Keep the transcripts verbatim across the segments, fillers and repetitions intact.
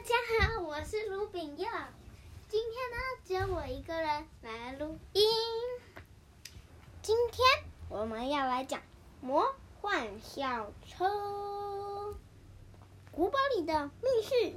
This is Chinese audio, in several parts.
家好，我是卢炳佑。今天呢，只有我一个人来录音。今天我们要来讲魔幻校车古堡里的密室。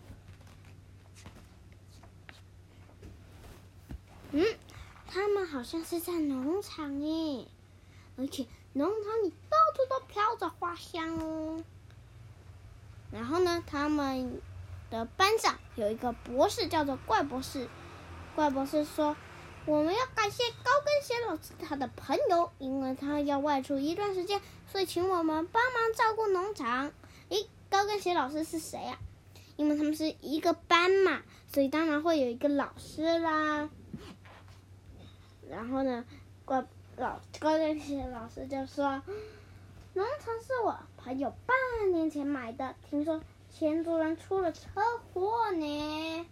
嗯，他们好像是在农场耶，而且农场里到处都飘着花香哦。然后呢，他们的班上有一个博士，叫做怪博士。怪博士说：“我们要感谢高跟鞋老师他的朋友，因为他要外出一段时间，所以请我们帮忙照顾农场。”诶，高跟鞋老师是谁啊？因为他们是一个班嘛，所以当然会有一个老师啦。然后呢，怪老高跟鞋老师就说：“农场是我朋友半年前买的，听说前主人出了车祸呢。”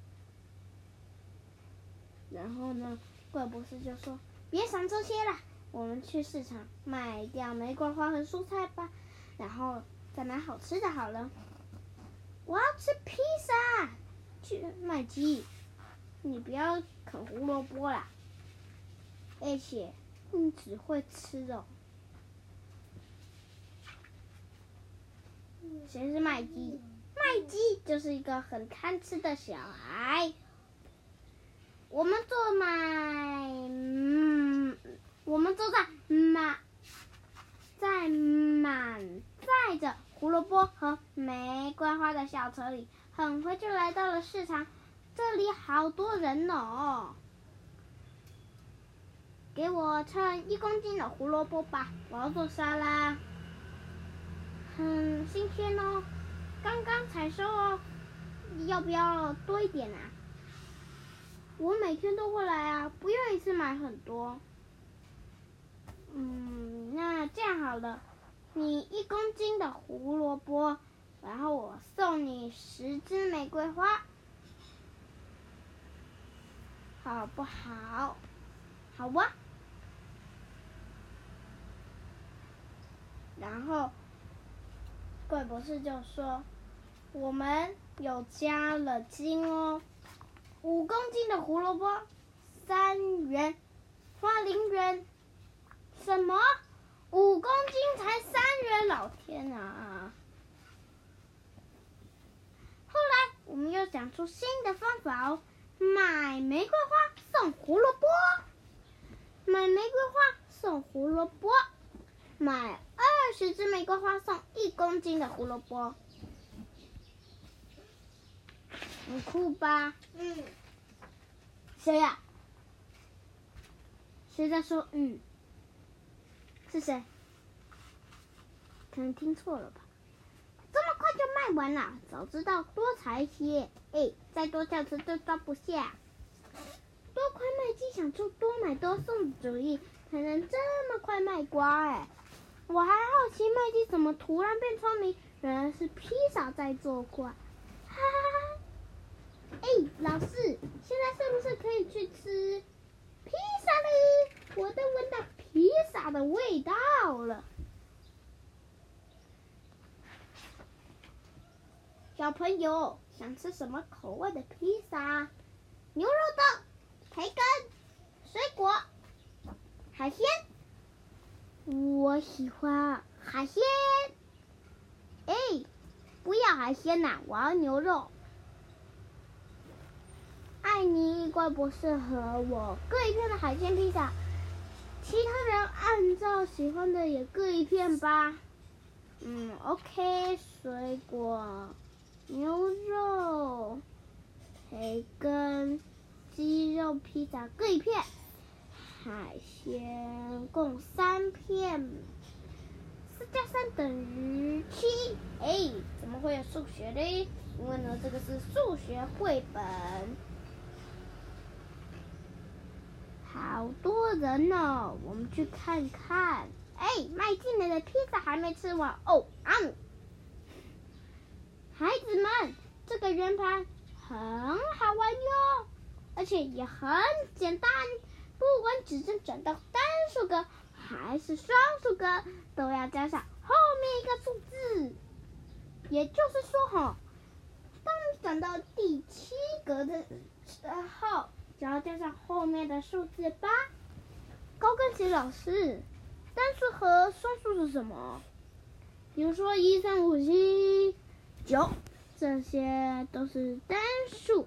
然后呢，怪博士就说：“别想这些了，我们去市场卖掉玫瑰花和蔬菜吧，然后再买好吃的好了。”我要吃披萨，去麦基，你不要啃胡萝卜啦，而且你只会吃肉。谁是麦基？麦基就是一个很贪吃的小孩。我们坐买，嗯，我们坐在满，在满载着胡萝卜和玫瑰花的小车里，很快就来到了市场。这里好多人哦！给我称一公斤的胡萝卜吧，我要做沙拉。很新鲜哦，刚刚采收哦，要不要多一点啊？我每天都会来啊，不用一次买很多。嗯，那这样好了，你一公斤的胡萝卜，然后我送你十支玫瑰花，好不好？好啊。然后怪博士就说：“我们有加了金哦。五公斤的胡萝卜，三元，花零元。什么？五公斤才三元？老天啊！”后来我们又想出新的方法哦，买玫瑰花送胡萝卜，买玫瑰花送胡萝卜，买二十支玫瑰花送一公斤的胡萝卜。很酷吧？嗯。谁呀、啊？谁在说嗯？是谁？可能听错了吧？这么快就卖完了，早知道多采一些。哎，再多下次都装不下。多亏麦基想出多买多送的主意，才能这么快卖光。哎，我还好奇麦基怎么突然变聪明，原来是披萨在作怪。哈哈哈！哎，老师，现在是不是可以去吃披萨了？我都闻到披萨的味道了。小朋友想吃什么口味的披萨？牛肉的、培根、水果、海鲜。我喜欢海鲜。哎，不要海鲜啦，我要牛肉。艾尼怪博士和我各一片的海鲜披萨，其他人按照喜欢的也各一片吧。嗯 ，OK， 水果、牛肉、培根、鸡肉披萨各一片，海鲜共三片，四加三等于七。哎，怎么会有数学嘞？因为呢，这个是数学绘本。好多人哦，我们去看看。哎，卖进来的披萨还没吃完哦。嗯，孩子们，这个圆盘很好玩哟，而且也很简单。不管指针转到单数格还是双数格，都要加上后面一个数字。也就是说哈，当转到第七格的时候，只要加上后面的数字八。高跟鞋老师，单数和双数是什么？比如说一三五七九，这些都是单数，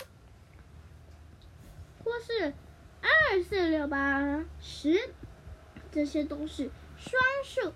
或是二四六八十，这些都是双数。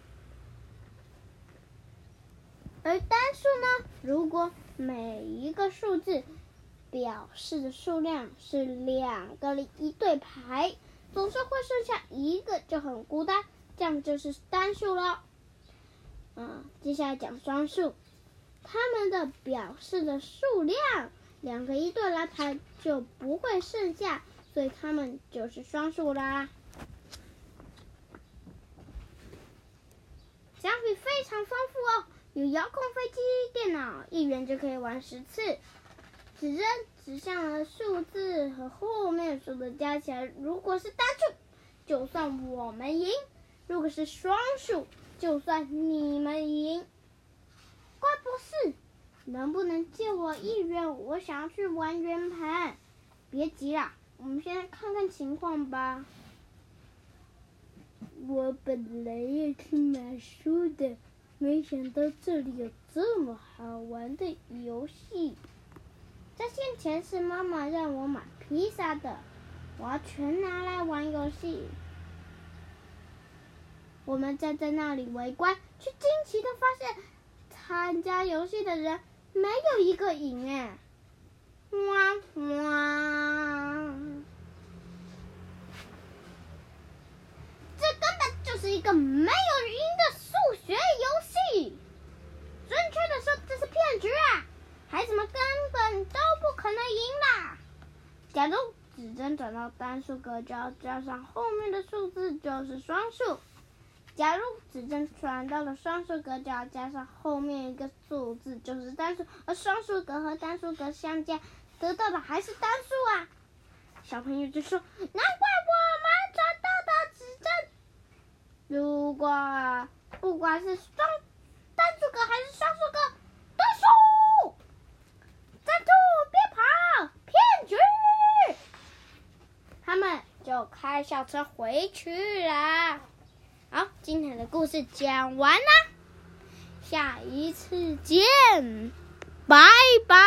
而单数呢，如果每一个数字表示的数量是两个一对排，总是会剩下一个就很孤单，这样就是单数了。嗯，接下来讲双数，它们的表示的数量两个一对来排就不会剩下，所以它们就是双数啦。奖品非常丰富哦，有遥控飞机、电脑，一元就可以玩十次。指针指向了数字和后面数的加起来，如果是单数，就算我们赢；如果是双数，就算你们赢。怪博士，能不能借我一元？我想要去玩圆盘。别急啦，我们先看看情况吧。我本来要去买书的，没想到这里有这么好玩的游戏。在线前是妈妈让我买披萨的，我要全拿来玩游戏。我们站在那里围观，却惊奇的发现，参加游戏的人没有一个赢哎！哇哇！这根本就是一个没有赢的数学游戏。准确的说，这是骗局啊！孩子们根本都不可能赢啦！假如指针转到单数格，就要加上后面的数字，就是双数。假如指针转到了双数格，就要加上后面一个数字，就是单数。而双数格和单数格相加，得到的还是单数啊！小朋友就说：“难怪我们转到的指针，如果不管是双单数格还是双数格，对数！站住！别跑！骗局！”他们就开小车回去了。好，今天的故事讲完了，下一次见，拜拜。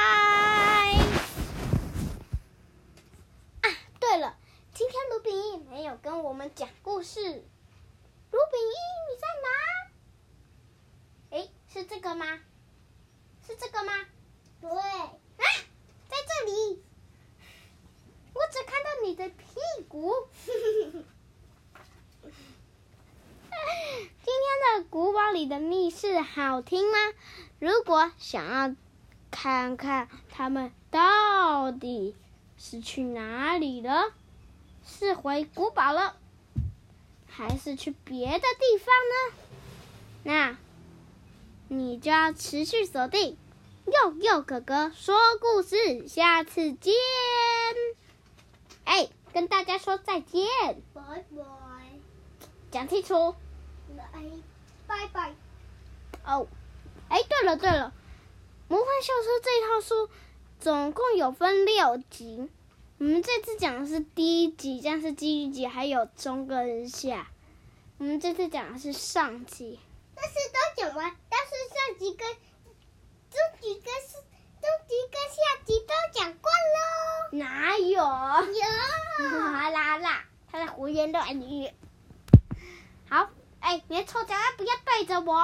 啊，对了，今天卢炳义没有跟我们讲故事。卢炳义，你在哪？诶，是这个吗？是这个吗？对。啊，在这里。我只看到你的屁股。今天的古堡里的密室好听吗？如果想要看看他们到底是去哪里了，是回古堡了，还是去别的地方呢？那你就要持续锁定佑佑哥哥说故事，下次见。哎，跟大家说再见，拜拜，讲清楚。拜拜。哦，哎，对了对了，魔幻校车这套书总共有分六集，我们这次讲的是第一集，这样是第一集，还有中跟下。我们这次讲的是上集。但是都讲完，但是上集跟中集跟是中集跟下集都讲过喽。哪有？有。啦啦啦，他在胡言乱语。好。哎，你的臭脚丫不要对着我！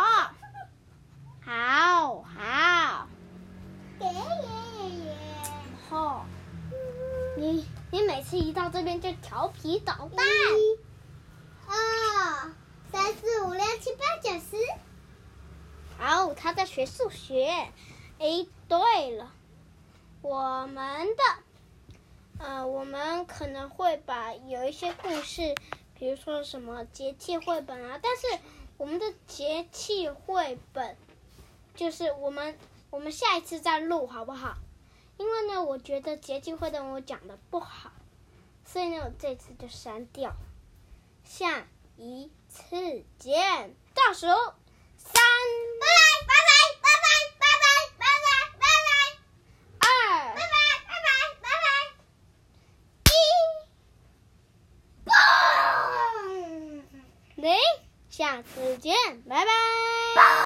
好好。爷爷爷爷。吼！你你每次一到这边就调皮捣蛋。一、二、三、四、五、六、七、八、九、十。好，他在学数学。哎，对了，我们的呃，我们可能会把有一些故事。比如说什么节气绘本啊，但是我们的节气绘本就是我们我们下一次再录好不好？因为呢，我觉得节气绘本我讲的不好，所以呢，我这次就删掉。下一次见，倒数三，拜拜拜拜拜拜拜拜拜拜拜。 听，下次见，拜拜。